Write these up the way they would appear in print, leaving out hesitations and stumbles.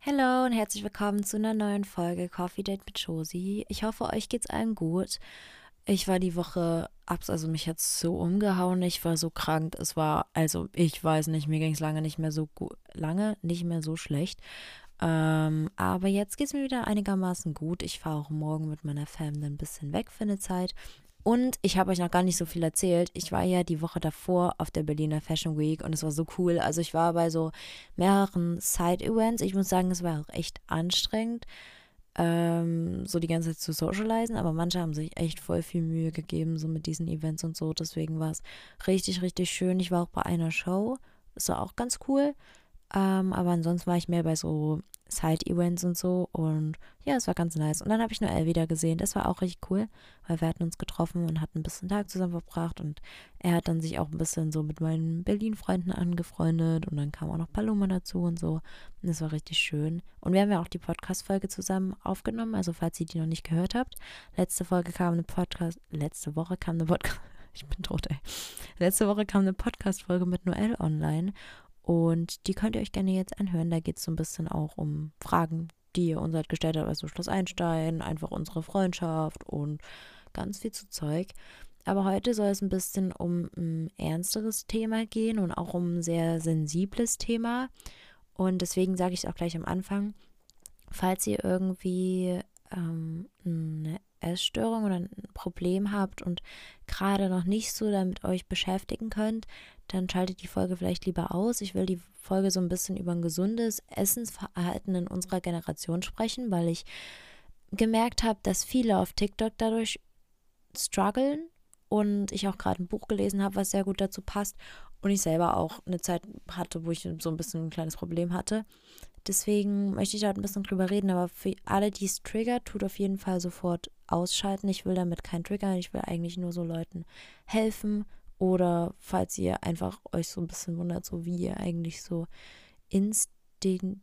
Hallo und herzlich willkommen zu einer neuen Folge Coffee Date mit Josie. Ich hoffe, euch geht's allen gut. Ich war die Woche also mich hat's so umgehauen. Ich war so krank. Ich weiß nicht, mir ging's lange nicht mehr so gut, lange nicht mehr so schlecht. Aber jetzt geht's mir wieder einigermaßen gut. Ich fahre auch morgen mit meiner Family ein bisschen weg für eine Zeit. Und ich habe euch noch gar nicht so viel erzählt. Ich war ja die Woche davor auf der Berliner Fashion Week und es war so cool. Also ich war bei so mehreren Side-Events. Ich muss sagen, es war auch echt anstrengend, so die ganze Zeit zu socialisen, aber manche haben sich echt voll viel Mühe gegeben, so mit diesen Events und so. Deswegen war es richtig, richtig schön. Ich war auch bei einer Show. Das war auch ganz cool. Aber ansonsten war ich mehr bei so Side-Events und so. Und ja, es war ganz nice. Und dann habe ich Noel wieder gesehen. Das war auch richtig cool, weil wir hatten uns getroffen und hatten ein bisschen Tag zusammen verbracht. Und er hat dann sich auch ein bisschen so mit meinen Berlin-Freunden angefreundet. Und dann kam auch noch Paloma dazu und so. Und das war richtig schön. Und wir haben ja auch die Podcast-Folge zusammen aufgenommen. Also falls ihr die noch nicht gehört habt. Letzte Woche kam eine Podcast. Ich bin tot, ey. Letzte Woche kam eine Podcast-Folge mit Noel online. Und die könnt ihr euch gerne jetzt anhören. Da geht es so ein bisschen auch um Fragen, die ihr uns halt gestellt habt. Also Schloss Einstein, einfach unsere Freundschaft und ganz viel zu Zeug. Aber heute soll es ein bisschen um ein ernsteres Thema gehen und auch um ein sehr sensibles Thema. Und deswegen sage ich es auch gleich am Anfang, falls ihr irgendwie eine Essstörung oder ein Problem habt und gerade noch nicht so damit euch beschäftigen könnt, dann schaltet die Folge vielleicht lieber aus. Ich will die Folge so ein bisschen über ein gesundes Essensverhalten in unserer Generation sprechen, weil ich gemerkt habe, dass viele auf TikTok dadurch strugglen und ich auch gerade ein Buch gelesen habe, was sehr gut dazu passt und ich selber auch eine Zeit hatte, wo ich so ein bisschen ein kleines Problem hatte. Deswegen möchte ich da ein bisschen drüber reden, aber für alle, die es triggert, tut auf jeden Fall sofort ausschalten. Ich will damit keinen triggern, ich will eigentlich nur so Leuten helfen oder falls ihr einfach euch so ein bisschen wundert, so wie ihr eigentlich so instinkt,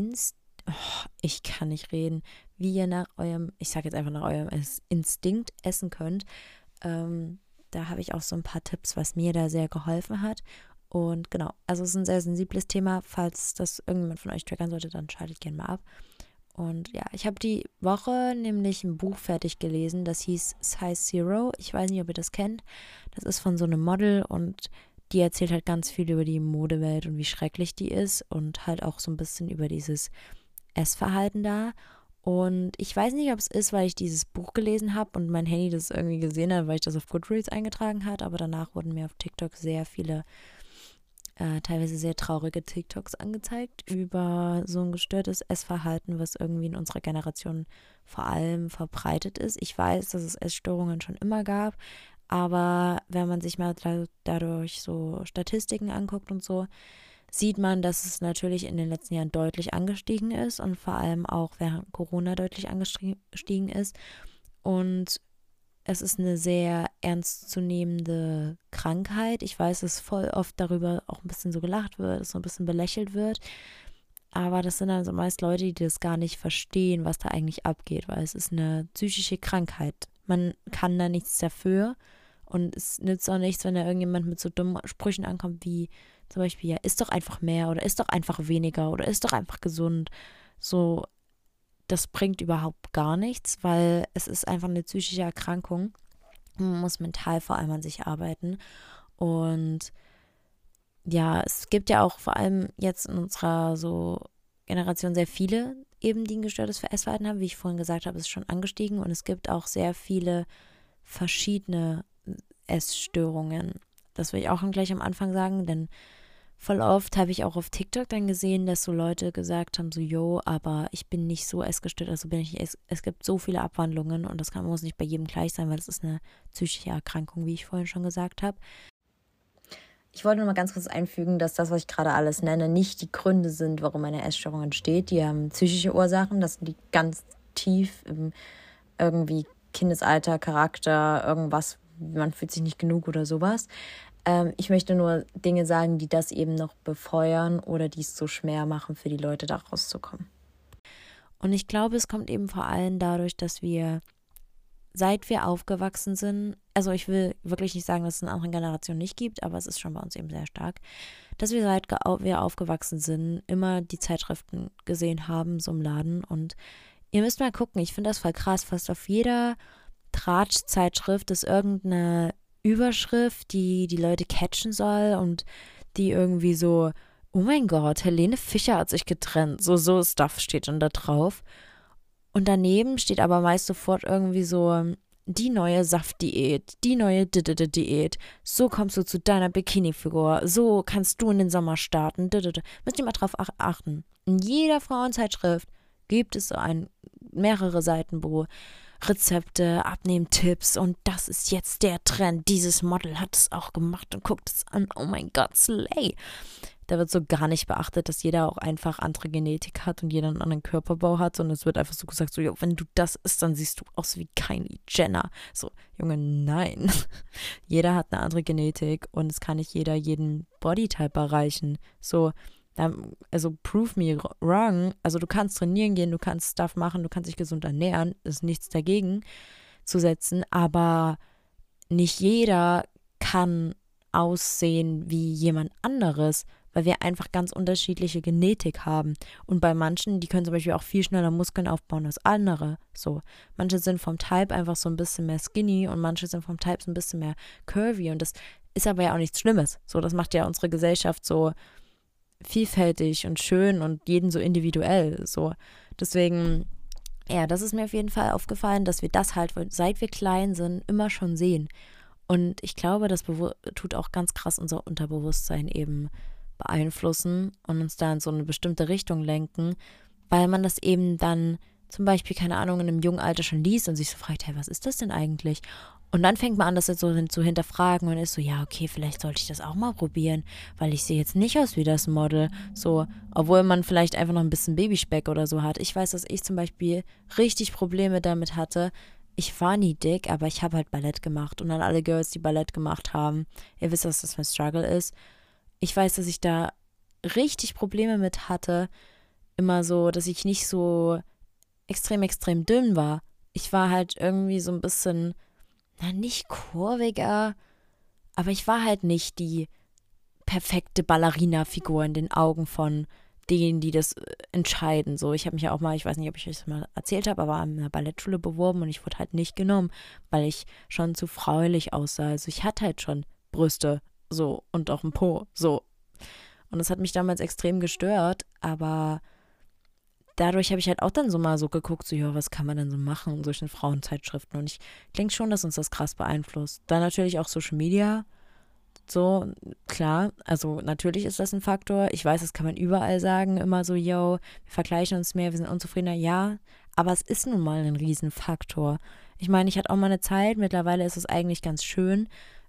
ich kann nicht reden, wie ihr nach eurem, ich sage jetzt einfach nach eurem Instinkt essen könnt. Da habe ich auch so ein paar Tipps, was mir da sehr geholfen hat. Und genau, also es ist ein sehr sensibles Thema. Falls das irgendjemand von euch triggern sollte, dann schaltet gerne mal ab. Und ja, ich habe die Woche nämlich ein Buch fertig gelesen, das hieß Size Zero. Ich weiß nicht, ob ihr das kennt. Das ist von so einem Model und die erzählt halt ganz viel über die Modewelt und wie schrecklich die ist und halt auch so ein bisschen über dieses Essverhalten da. Und ich weiß nicht, ob es ist, weil ich dieses Buch gelesen habe und mein Handy das irgendwie gesehen hat, weil ich das auf Goodreads eingetragen hat, aber danach wurden mir auf TikTok sehr viele teilweise sehr traurige TikToks angezeigt über so ein gestörtes Essverhalten, was irgendwie in unserer Generation vor allem verbreitet ist. Ich weiß, dass es Essstörungen schon immer gab, aber wenn man sich mal dadurch so Statistiken anguckt und so, sieht man, dass es natürlich in den letzten Jahren deutlich angestiegen ist und vor allem auch während Corona deutlich angestiegen ist. Und es ist eine sehr ernstzunehmende Krankheit. Ich weiß, dass voll oft darüber auch ein bisschen so gelacht wird, es so ein bisschen belächelt wird. Aber das sind also meist Leute, die das gar nicht verstehen, was da eigentlich abgeht, weil es ist eine psychische Krankheit. Man kann da nichts dafür und es nützt auch nichts, wenn da irgendjemand mit so dummen Sprüchen ankommt, wie zum Beispiel, ja, isst doch einfach mehr oder isst doch einfach weniger oder isst doch einfach gesund. So, das bringt überhaupt gar nichts, weil es ist einfach eine psychische Erkrankung. Man muss mental vor allem an sich arbeiten. Und ja, es gibt ja auch vor allem jetzt in unserer so Generation sehr viele eben, die ein gestörtes Essverhalten haben. Wie ich vorhin gesagt habe, ist schon angestiegen. Und es gibt auch sehr viele verschiedene Essstörungen. Das will ich auch gleich am Anfang sagen, denn voll oft habe ich auch auf TikTok dann gesehen, dass so Leute gesagt haben, so, yo, aber ich bin nicht so essgestört, also bin ich nicht, es gibt so viele Abwandlungen und muss nicht bei jedem gleich sein, weil es ist eine psychische Erkrankung, wie ich vorhin schon gesagt habe. Ich wollte nur mal ganz kurz einfügen, dass das, was ich gerade alles nenne, nicht die Gründe sind, warum eine Essstörung entsteht. Die haben psychische Ursachen, das sind die ganz tief im irgendwie Kindesalter, Charakter, irgendwas, man fühlt sich nicht genug oder sowas. Ich möchte nur Dinge sagen, die das eben noch befeuern oder die es so schwer machen für die Leute, da rauszukommen. Und ich glaube, es kommt eben vor allem dadurch, dass wir, seit wir aufgewachsen sind, also ich will wirklich nicht sagen, dass es in anderen Generationen nicht gibt, aber es ist schon bei uns eben sehr stark, dass wir seit wir aufgewachsen sind, immer die Zeitschriften gesehen haben, so im Laden. Und ihr müsst mal gucken, ich finde das voll krass, fast auf jeder Tratsch-Zeitschrift ist irgendeine Überschrift, die die Leute catchen soll und die irgendwie so, oh mein Gott, Helene Fischer hat sich getrennt, so Stuff steht dann da drauf. Und daneben steht aber meist sofort irgendwie so, die neue Saftdiät, die neue Diät, so kommst du zu deiner Bikini-Figur, so kannst du in den Sommer starten, müsst ihr mal drauf achten. In jeder Frauenzeitschrift gibt es so mehrere Seiten, wo Rezepte, Abnehmtipps und das ist jetzt der Trend. Dieses Model hat es auch gemacht und guckt es an. Oh mein Gott, Slay. Da wird so gar nicht beachtet, dass jeder auch einfach andere Genetik hat und jeder einen anderen Körperbau hat, sondern es wird einfach so gesagt, so, jo, wenn du das isst, dann siehst du aus wie Kylie Jenner. So, Junge, nein. Jeder hat eine andere Genetik und es kann nicht jeder jeden Bodytype erreichen. So, also prove me wrong. Also du kannst trainieren gehen, du kannst Stuff machen, du kannst dich gesund ernähren, ist nichts dagegen zu setzen, aber nicht jeder kann aussehen wie jemand anderes, weil wir einfach ganz unterschiedliche Genetik haben. Und bei manchen, die können zum Beispiel auch viel schneller Muskeln aufbauen als andere. So, manche sind vom Type einfach so ein bisschen mehr skinny und manche sind vom Type so ein bisschen mehr curvy und das ist aber ja auch nichts Schlimmes. So, das macht ja unsere Gesellschaft so vielfältig und schön und jeden so individuell. So, deswegen, ja, das ist mir auf jeden Fall aufgefallen, dass wir das halt, seit wir klein sind, immer schon sehen. Und ich glaube, das tut auch ganz krass unser Unterbewusstsein eben beeinflussen und uns da in so eine bestimmte Richtung lenken, weil man das eben dann zum Beispiel, keine Ahnung, in einem jungen Alter schon liest und sich so fragt, hey, was ist das denn eigentlich? Und dann fängt man an, das jetzt so zu hinterfragen und ist so, ja, okay, vielleicht sollte ich das auch mal probieren, weil ich sehe jetzt nicht aus wie das Model, so, obwohl man vielleicht einfach noch ein bisschen Babyspeck oder so hat. Ich weiß, dass ich zum Beispiel richtig Probleme damit hatte. Ich war nie dick, aber ich habe halt Ballett gemacht und an alle Girls, die Ballett gemacht haben, ihr wisst, dass das mein Struggle ist. Ich weiß, dass ich da richtig Probleme mit hatte, immer so, dass ich nicht so extrem dünn war. Ich war halt irgendwie so ein bisschen, nicht kurviger, aber ich war halt nicht die perfekte Ballerina-Figur in den Augen von denen, die das entscheiden. So, ich habe mich ja auch mal, ich weiß nicht, ob ich euch das mal erzählt habe, aber an einer Ballettschule beworben und ich wurde halt nicht genommen, weil ich schon zu fraulich aussah. Also ich hatte halt schon Brüste, so, und auch einen Po, so. Und das hat mich damals extrem gestört, aber dadurch habe ich halt auch dann so mal so geguckt, so, ja, was kann man denn so machen in solchen Frauenzeitschriften? Und ich denke schon, dass uns das krass beeinflusst. Dann natürlich auch Social Media, so, klar, also natürlich ist das ein Faktor. Ich weiß, das kann man überall sagen, immer so, yo, wir vergleichen uns mehr, wir sind unzufriedener, ja, aber es ist nun mal ein Riesenfaktor. Ich meine, ich hatte auch mal eine Zeit, mittlerweile ist es eigentlich ganz schön,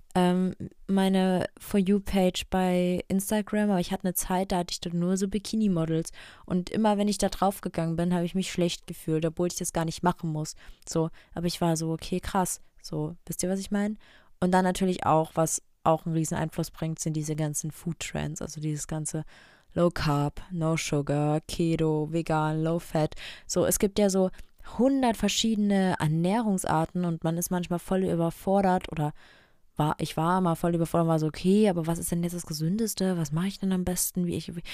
meine For You-Page bei Instagram, aber ich hatte eine Zeit, da hatte ich dort nur so Bikini-Models und immer, wenn ich da drauf gegangen bin, habe ich mich schlecht gefühlt, obwohl ich das gar nicht machen muss. So, aber ich war so, okay, krass, so, wisst ihr, was ich meine? Und dann natürlich auch, was auch einen riesen Einfluss bringt, sind diese ganzen Food-Trends, also dieses ganze Low Carb, No Sugar, Keto, Vegan, Low Fat. So, es gibt ja so 100 verschiedene Ernährungsarten und man ist manchmal voll überfordert oder ich war mal voll überfordert, war so, okay, aber was ist denn jetzt das Gesündeste? Was mache ich denn am besten?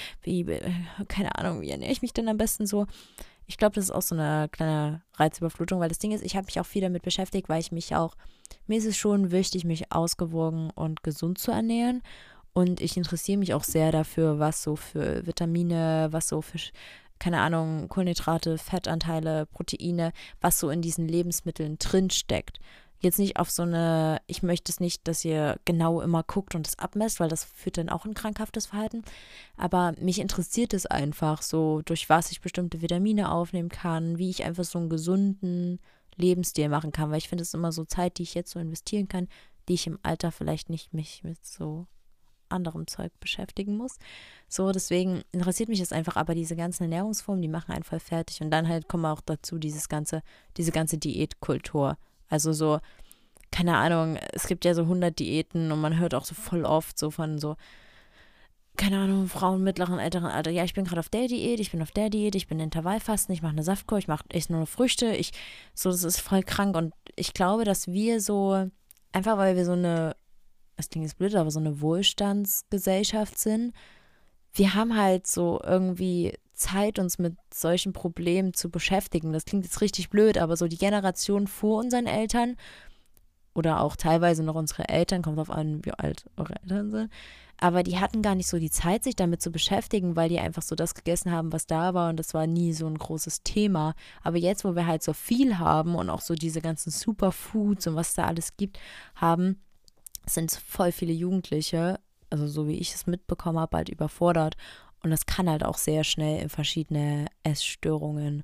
Keine Ahnung, wie ernähre ich mich denn am besten so? Ich glaube, das ist auch so eine kleine Reizüberflutung, weil das Ding ist, ich habe mich auch viel damit beschäftigt, weil mir ist es schon wichtig, mich ausgewogen und gesund zu ernähren. Und ich interessiere mich auch sehr dafür, was so für Vitamine, was so für, keine Ahnung, Kohlenhydrate, Fettanteile, Proteine, was so in diesen Lebensmitteln drin steckt. Jetzt nicht auf so eine, ich möchte es nicht, dass ihr genau immer guckt und es abmesst, weil das führt dann auch in krankhaftes Verhalten. Aber mich interessiert es einfach so, durch was ich bestimmte Vitamine aufnehmen kann, wie ich einfach so einen gesunden Lebensstil machen kann. Weil ich finde es immer so Zeit, die ich jetzt so investieren kann, die ich im Alter vielleicht nicht mich mit so anderem Zeug beschäftigen muss. So, deswegen interessiert mich das einfach, aber diese ganzen Ernährungsformen, die machen einen voll fertig. Und dann halt kommen auch dazu diese ganze Diätkultur. Also so, keine Ahnung, es gibt ja so 100 Diäten und man hört auch so voll oft so von so, keine Ahnung, Frauen mittleren, älteren Alter, ja, ich bin gerade auf der Diät, ich bin auf der Diät, ich bin Intervallfasten, ich mache eine Saftkur, ich esse nur Früchte, das ist voll krank und ich glaube, dass wir so, einfach weil wir so eine das klingt jetzt blöd, aber so eine Wohlstandsgesellschaft sind. Wir haben halt so irgendwie Zeit, uns mit solchen Problemen zu beschäftigen. Das klingt jetzt richtig blöd, aber so die Generation vor unseren Eltern oder auch teilweise noch unsere Eltern, kommt drauf an, wie alt eure Eltern sind, aber die hatten gar nicht so die Zeit, sich damit zu beschäftigen, weil die einfach so das gegessen haben, was da war und das war nie so ein großes Thema. Aber jetzt, wo wir halt so viel haben und auch so diese ganzen Superfoods und was da alles gibt, haben, sind voll viele Jugendliche, also so wie ich es mitbekommen habe, halt überfordert. Und das kann halt auch sehr schnell in verschiedene Essstörungen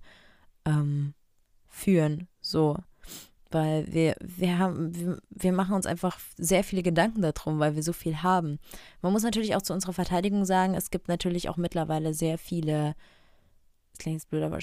führen. So. Weil wir machen uns einfach sehr viele Gedanken darum, weil wir so viel haben. Man muss natürlich auch zu unserer Verteidigung sagen, es gibt natürlich auch mittlerweile sehr viele, das klingt jetzt blöd, aber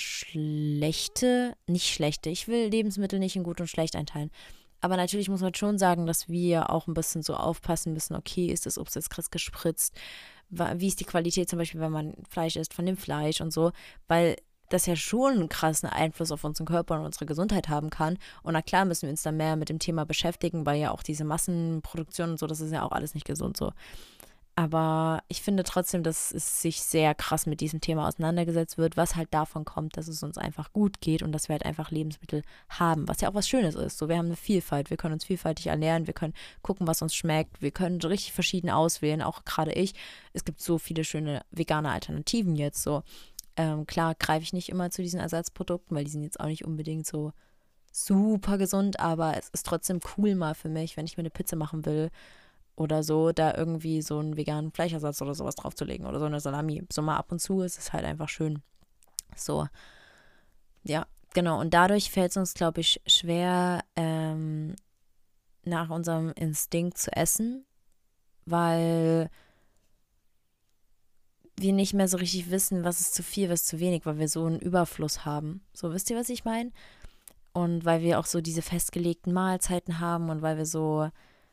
nicht schlechte. Ich will Lebensmittel nicht in gut und schlecht einteilen. Aber natürlich muss man schon sagen, dass wir auch ein bisschen so aufpassen müssen, okay, ist das Obst jetzt krass gespritzt? Wie ist die Qualität zum Beispiel, wenn man Fleisch isst, von dem Fleisch und so? Weil das ja schon einen krassen Einfluss auf unseren Körper und unsere Gesundheit haben kann. Und na klar müssen wir uns dann mehr mit dem Thema beschäftigen, weil ja auch diese Massenproduktion und so, das ist ja auch alles nicht gesund so. Aber ich finde trotzdem, dass es sich sehr krass mit diesem Thema auseinandergesetzt wird, was halt davon kommt, dass es uns einfach gut geht und dass wir halt einfach Lebensmittel haben, was ja auch was Schönes ist. So, wir haben eine Vielfalt, wir können uns vielfältig ernähren, wir können gucken, was uns schmeckt, wir können so richtig verschieden auswählen, auch gerade ich. Es gibt so viele schöne vegane Alternativen jetzt so. Klar greife ich nicht immer zu diesen Ersatzprodukten, weil die sind jetzt auch nicht unbedingt so super gesund, aber es ist trotzdem cool mal für mich, wenn ich mir eine Pizza machen will oder so, da irgendwie so einen veganen Fleischersatz oder sowas draufzulegen oder so eine Salami. So mal ab und zu ist es halt einfach schön. So, ja, genau. Und dadurch fällt es uns, glaube ich, schwer, nach unserem Instinkt zu essen, weil wir nicht mehr so richtig wissen, was ist zu viel, was ist zu wenig, weil wir so einen Überfluss haben. So, wisst ihr, was ich meine? Und weil wir auch so diese festgelegten Mahlzeiten haben und weil wir so,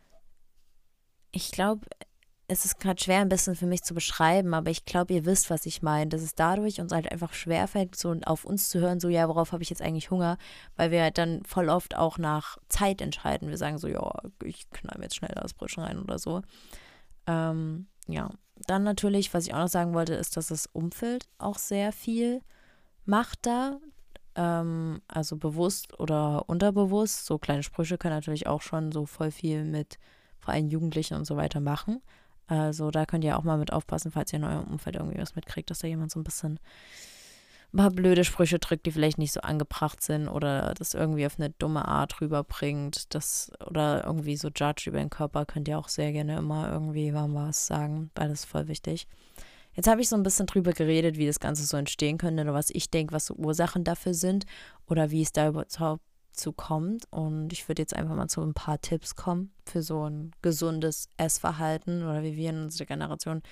ich glaube, es ist gerade schwer ein bisschen für mich zu beschreiben, aber ich glaube, ihr wisst, was ich meine. Dass es dadurch uns halt einfach schwerfällt, so auf uns zu hören, so, ja, worauf habe ich jetzt eigentlich Hunger? Weil wir halt dann voll oft auch nach Zeit entscheiden. Wir sagen so, ja, ich knall mir jetzt schnell das Brötchen rein oder so. Ja, dann natürlich, was ich auch noch sagen wollte, ist, dass das Umfeld auch sehr viel macht da. Also bewusst oder unterbewusst. So kleine Sprüche können natürlich auch schon so voll viel mit vor allem Jugendlichen und so weiter machen. Also da könnt ihr auch mal mit aufpassen, falls ihr in eurem Umfeld irgendwie was mitkriegt, dass da jemand so ein bisschen ein paar blöde Sprüche drückt, die vielleicht nicht so angebracht sind oder das irgendwie auf eine dumme Art rüberbringt. Oder irgendwie so Judge über den Körper, könnt ihr auch sehr gerne immer irgendwie was sagen, weil das ist voll wichtig. Jetzt habe ich so ein bisschen drüber geredet, wie das Ganze so entstehen könnte oder was ich denke, was so Ursachen dafür sind oder wie es da überhaupt zu kommt. Und ich würde jetzt einfach mal zu ein paar Tipps kommen für so ein gesundes Essverhalten oder wie wir in unserer Generation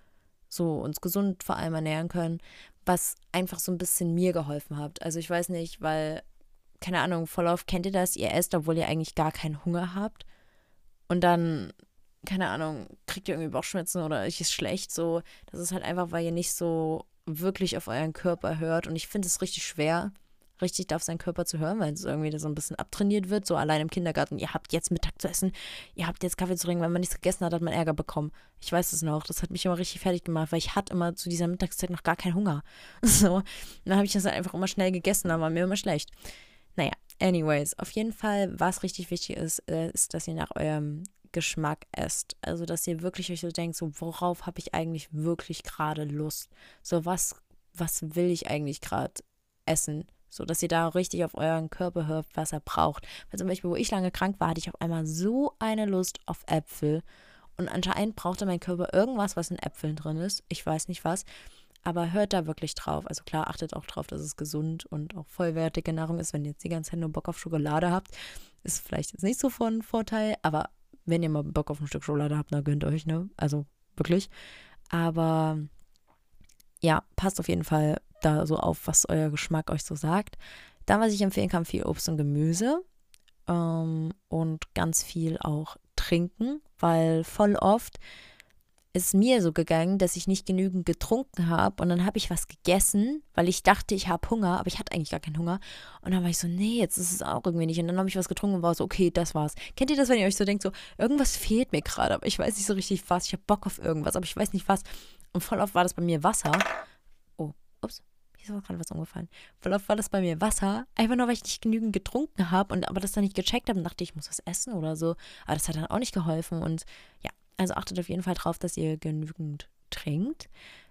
so uns gesund vor allem ernähren können, was einfach so ein bisschen mir geholfen hat. Also ich weiß nicht, weil, keine Ahnung, voll oft kennt ihr das, ihr esst, obwohl ihr eigentlich gar keinen Hunger habt und dann, keine Ahnung, kriegt ihr irgendwie Bauchschmerzen oder euch ist schlecht, so. Das ist halt einfach, weil ihr nicht so wirklich auf euren Körper hört und ich finde es richtig schwer, richtig auf seinen Körper zu hören, weil es irgendwie so ein bisschen abtrainiert wird, so allein im Kindergarten, ihr habt jetzt Mittag zu essen, ihr habt jetzt Kaffee zu trinken, wenn man nichts gegessen hat, hat man Ärger bekommen. Ich weiß es noch, das hat mich immer richtig fertig gemacht, weil ich hatte immer zu dieser Mittagszeit noch gar keinen Hunger. So, und dann habe ich das halt einfach immer schnell gegessen, dann war mir immer schlecht. Naja, anyways, auf jeden Fall, was richtig wichtig ist, ist, dass ihr nach eurem Geschmack esst. Also, dass ihr wirklich euch so denkt, so, worauf habe ich eigentlich wirklich gerade Lust? So, was will ich eigentlich gerade essen? So, dass ihr da richtig auf euren Körper hört, was er braucht. Weil zum Beispiel, wo ich lange krank war, hatte ich auf einmal so eine Lust auf Äpfel. Und anscheinend brauchte mein Körper irgendwas, was in Äpfeln drin ist. Ich weiß nicht was. Aber hört da wirklich drauf. Also klar, achtet auch drauf, dass es gesund und auch vollwertige Nahrung ist. Wenn ihr jetzt die ganze Zeit nur Bock auf Schokolade habt, ist vielleicht jetzt nicht so von Vorteil. Aber wenn ihr mal Bock auf ein Stück Schokolade habt, dann gönnt euch, ne? Also wirklich. Aber ja, passt auf jeden Fall da so auf, was euer Geschmack euch so sagt. Dann, was ich empfehlen kann, viel Obst und Gemüse und ganz viel auch trinken, weil voll oft ist mir so gegangen, dass ich nicht genügend getrunken habe und dann habe ich was gegessen, weil ich dachte, ich habe Hunger, aber ich hatte eigentlich gar keinen Hunger. Und dann war ich so, nee, jetzt ist es auch irgendwie nicht. Und dann habe ich was getrunken und war so, okay, das war's. Kennt ihr das, wenn ihr euch so denkt, so, irgendwas fehlt mir gerade, aber ich weiß nicht so richtig was. Ich habe Bock auf irgendwas, aber ich weiß nicht was. Und voll oft war das bei mir Wasser. Oh, ups. Hier ist auch gerade was umgefallen. Voll oft war das bei mir Wasser, einfach nur, weil ich nicht genügend getrunken habe und aber das dann nicht gecheckt habe und dachte, ich muss was essen oder so. Aber das hat dann auch nicht geholfen und ja, also achtet auf jeden Fall drauf, dass ihr genügend trinkt.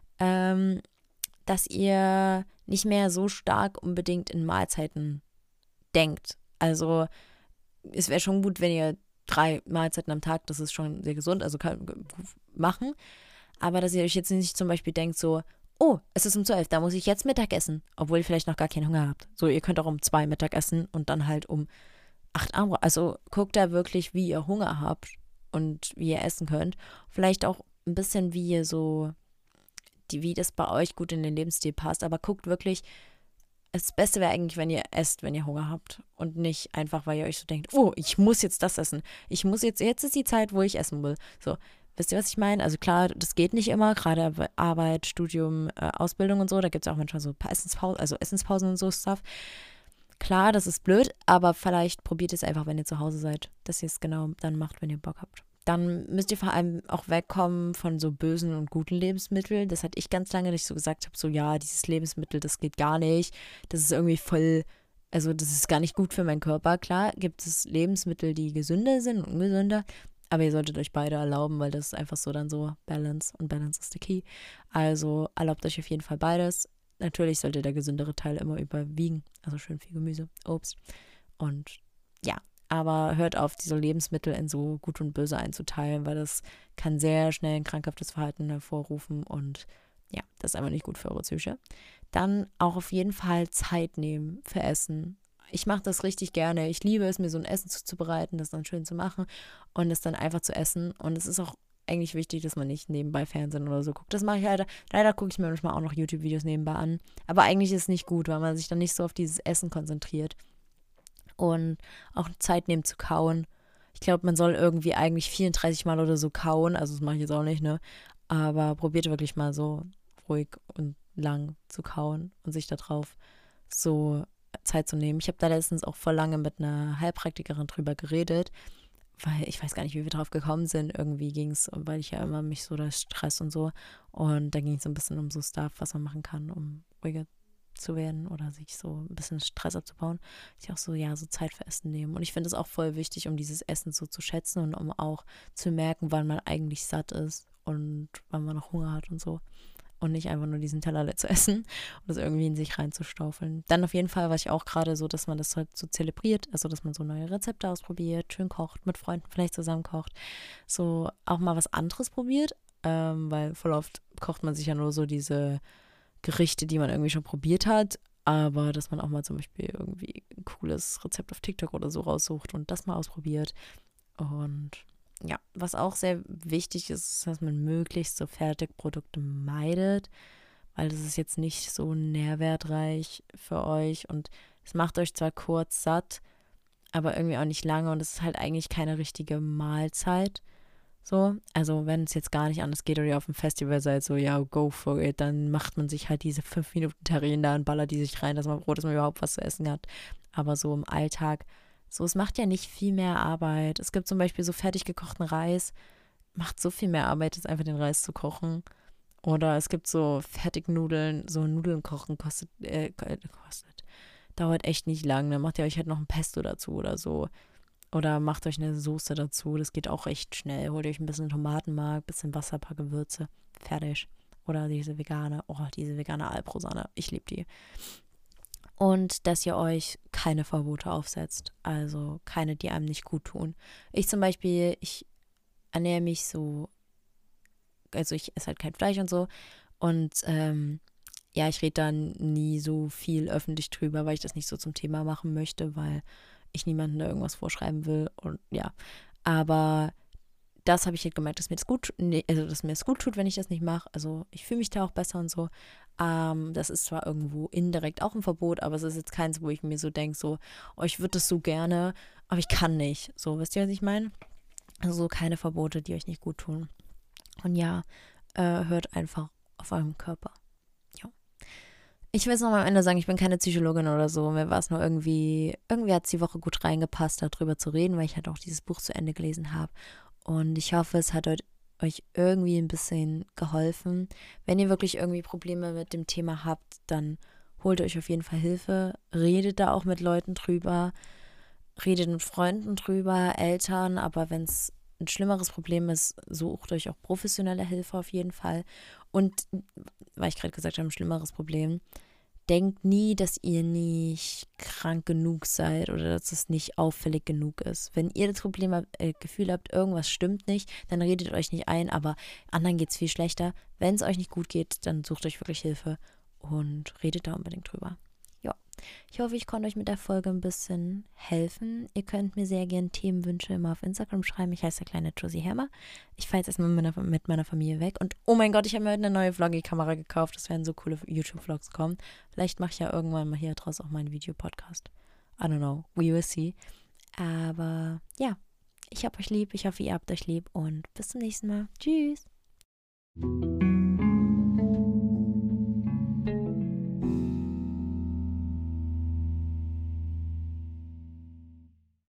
Dass ihr nicht mehr so stark unbedingt in Mahlzeiten denkt. Also es wäre schon gut, wenn ihr 3 Mahlzeiten am Tag, das ist schon sehr gesund, also kann machen. Aber dass ihr euch jetzt nicht zum Beispiel denkt so, oh, es ist um 12, da muss ich jetzt Mittag essen, obwohl ihr vielleicht noch gar keinen Hunger habt. So, ihr könnt auch um 2 Mittag essen und dann halt um 8 Abend. Also guckt da wirklich, wie ihr Hunger habt und wie ihr essen könnt. Vielleicht auch ein bisschen, wie ihr so, wie das bei euch gut in den Lebensstil passt. Aber guckt wirklich, das Beste wäre eigentlich, wenn ihr esst, wenn ihr Hunger habt. Und nicht einfach, weil ihr euch so denkt, oh, ich muss jetzt das essen. Ich muss jetzt ist die Zeit, wo ich essen will. So, wisst ihr, was ich meine? Also klar, das geht nicht immer, gerade bei Arbeit, Studium, Ausbildung und so. Da gibt es auch manchmal so ein paar Essenspausen, also Essenspausen und so Stuff. Klar, das ist blöd, aber vielleicht probiert es einfach, wenn ihr zu Hause seid, dass ihr es genau dann macht, wenn ihr Bock habt. Dann müsst ihr vor allem auch wegkommen von so bösen und guten Lebensmitteln. Das hatte ich ganz lange, dass ich so gesagt habe, so ja, dieses Lebensmittel, das geht gar nicht. Das ist irgendwie voll, also das ist gar nicht gut für meinen Körper. Klar gibt es Lebensmittel, die gesünder sind und ungesünder, aber ihr solltet euch beide erlauben, weil das ist einfach so dann so Balance und Balance is the key. Also erlaubt euch auf jeden Fall beides. Natürlich sollte der gesündere Teil immer überwiegen. Also schön viel Gemüse, Obst. Und ja, aber hört auf, diese Lebensmittel in so gut und böse einzuteilen, weil das kann sehr schnell ein krankhaftes Verhalten hervorrufen und ja, das ist einfach nicht gut für eure Psyche. Dann auch auf jeden Fall Zeit nehmen für Essen. Ich mache das richtig gerne. Ich liebe es, mir so ein Essen zuzubereiten, das dann schön zu machen und es dann einfach zu essen. Und es ist auch eigentlich wichtig, dass man nicht nebenbei Fernsehen oder so guckt. Das mache ich leider. Leider gucke ich mir manchmal auch noch YouTube-Videos nebenbei an. Aber eigentlich ist es nicht gut, weil man sich dann nicht so auf dieses Essen konzentriert. Und auch Zeit nehmen zu kauen. Ich glaube, man soll irgendwie eigentlich 34 Mal oder so kauen. Also das mache ich jetzt auch nicht, ne? Aber probiert wirklich mal so ruhig und lang zu kauen und sich darauf so Zeit zu nehmen. Ich habe da letztens auch voll lange mit einer Heilpraktikerin drüber geredet, weil ich weiß gar nicht, wie wir drauf gekommen sind. Irgendwie ging es, weil ich ja immer mich so das Stress und so. Und da ging es so ein bisschen um so Stuff, was man machen kann, um ruhiger zu werden oder sich so ein bisschen Stress abzubauen. Ich auch so, ja, so Zeit für Essen nehmen. Und ich finde es auch voll wichtig, um dieses Essen so zu schätzen und um auch zu merken, wann man eigentlich satt ist und wann man noch Hunger hat und so. Und nicht einfach nur diesen Teller zu essen und das irgendwie in sich reinzustaufeln. Dann auf jeden Fall war ich auch gerade so, dass man das halt so zelebriert, also dass man so neue Rezepte ausprobiert, schön kocht, mit Freunden vielleicht zusammen kocht, so auch mal was anderes probiert, weil voll oft kocht man sich ja nur so diese Gerichte, die man irgendwie schon probiert hat, aber dass man auch mal zum Beispiel irgendwie ein cooles Rezept auf TikTok oder so raussucht und das mal ausprobiert. Und ja, was auch sehr wichtig ist, ist, dass man möglichst so Fertigprodukte meidet, weil das ist jetzt nicht so nährwertreich für euch und es macht euch zwar kurz satt, aber irgendwie auch nicht lange und es ist halt eigentlich keine richtige Mahlzeit. So, also wenn es jetzt gar nicht anders geht oder ihr auf dem Festival seid, so ja, go for it, dann macht man sich halt diese 5 Minuten Terrinen da und ballert die sich rein, dass man froh, dass man überhaupt was zu essen hat. Aber so im Alltag, so es macht ja nicht viel mehr Arbeit. Es gibt zum Beispiel so fertig gekochten Reis, macht so viel mehr Arbeit, als einfach den Reis zu kochen. Oder es gibt so Fertignudeln, so Nudeln kochen kostet, dauert echt nicht lang. Dann macht ihr euch halt noch ein Pesto dazu oder so. Oder macht euch eine Soße dazu. Das geht auch echt schnell. Holt euch ein bisschen Tomatenmark, ein bisschen Wasser, ein paar Gewürze. Fertig. Oder diese vegane Alprosahne. Ich liebe die. Und dass ihr euch keine Verbote aufsetzt. Also keine, die einem nicht gut tun. Ich zum Beispiel, ich ernähre mich so, also ich esse halt kein Fleisch und so. Und ja, ich rede dann nie so viel öffentlich drüber, weil ich das nicht so zum Thema machen möchte, weil ich niemandem da irgendwas vorschreiben will und ja, aber das habe ich halt gemerkt, dass mir das gut, also dass mir das gut tut, wenn ich das nicht mache. Also ich fühle mich da auch besser und so. Das ist zwar irgendwo indirekt auch ein Verbot, aber es ist jetzt keins, wo ich mir so denke, so, oh, ich würde das so gerne, aber ich kann nicht. So, wisst ihr, was ich meine? Also so keine Verbote, die euch nicht gut tun. Und ja, hört einfach auf euren Körper. Ja. Ich will es nochmal am Ende sagen, ich bin keine Psychologin oder so. Mir war es nur irgendwie hat es die Woche gut reingepasst, darüber zu reden, weil ich halt auch dieses Buch zu Ende gelesen habe. Und ich hoffe, es hat euch irgendwie ein bisschen geholfen. Wenn ihr wirklich irgendwie Probleme mit dem Thema habt, dann holt euch auf jeden Fall Hilfe. Redet da auch mit Leuten drüber. Redet mit Freunden drüber, Eltern. Aber wenn es ein schlimmeres Problem ist, sucht euch auch professionelle Hilfe auf jeden Fall. Und, weil ich gerade gesagt habe, ein schlimmeres Problem, denkt nie, dass ihr nicht krank genug seid oder dass es nicht auffällig genug ist. Wenn ihr das Gefühl habt, irgendwas stimmt nicht, dann redet euch nicht ein, aber anderen geht es viel schlechter. Wenn es euch nicht gut geht, dann sucht euch wirklich Hilfe und redet da unbedingt drüber. Ja, ich hoffe, ich konnte euch mit der Folge ein bisschen helfen. Ihr könnt mir sehr gerne Themenwünsche immer auf Instagram schreiben. Ich heiße der kleine Josie Hammer. Ich fahre jetzt erstmal mit meiner Familie weg. Und oh mein Gott, ich habe mir heute eine neue Vloggy-Kamera gekauft. Es werden so coole YouTube-Vlogs kommen. Vielleicht mache ich ja irgendwann mal hier draus auch meinen Videopodcast. I don't know. We will see. Aber ja, ich hab euch lieb. Ich hoffe, ihr habt euch lieb. Und bis zum nächsten Mal. Tschüss.